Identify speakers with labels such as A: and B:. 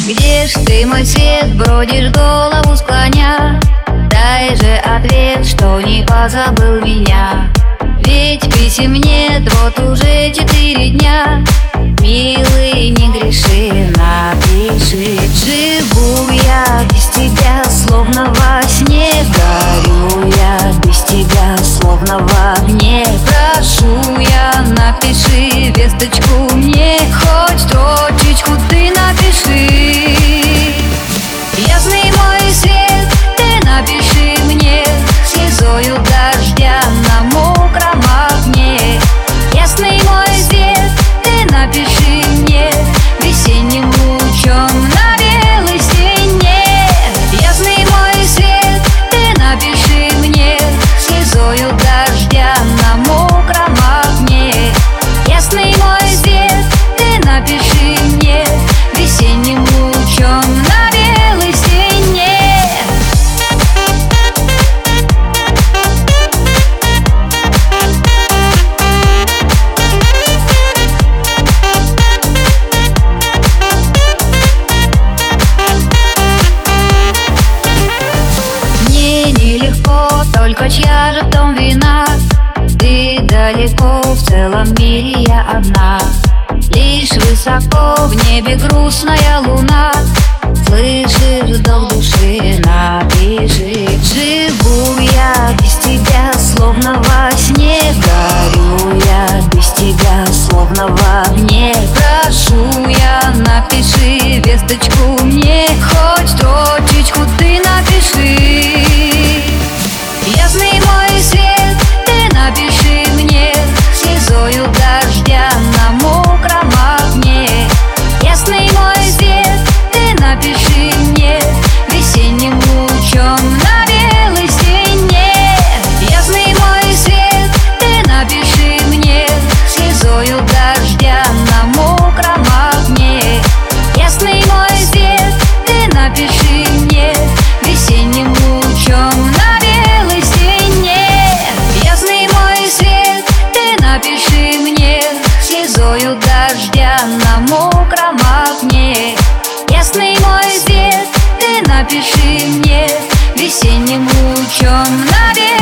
A: Где ж ты, мой свет, бродишь, голову склоня? Дай же ответ, что не позабыл меня. Ведь писем нет, вот уже 4 дня. Милый, не греши, напиши. Живу я без тебя, словно во сне. Горю я без тебя, словно в огне. Прошу я, напиши весточку мне. Хоть строчечку ты напиши. Ясный мой свет, ты напиши мне слезою дождя на мокром окне. Ясный мой свет, ты напиши мне весенним лучом на белой стене. Ясный мой свет, ты напиши мне слезою дождя на мокром окне. Ясный мой свет, ты напиши мне весенним лучом на белой стене. Мне нелегко, только чья же в том вина? Ты далеко, в целом мире я одна. Лишь высоко в небе грустная луна. Слышишь, долг души, напиши. Живу я без тебя, словно во сне. Горю я без тебя, словно в огне. Прошу я, напиши весточку мне. Хоть строчечку ты напиши. Ясный мой свет, ты напиши мне слезою дождя на мокром окне. Ясный мой свет, ты напиши мне весенним лучом на белой стене. Ясный мой свет, ты напиши мне слезою дождя на мокром окне. Ясный мой свет, ты напиши мне весенним лучом на белой стене. Ясный мой свет, ты напиши мне слезою дождя на мокром окне. Ясный мой свет, ты напиши мне весенним лучом на белой стене.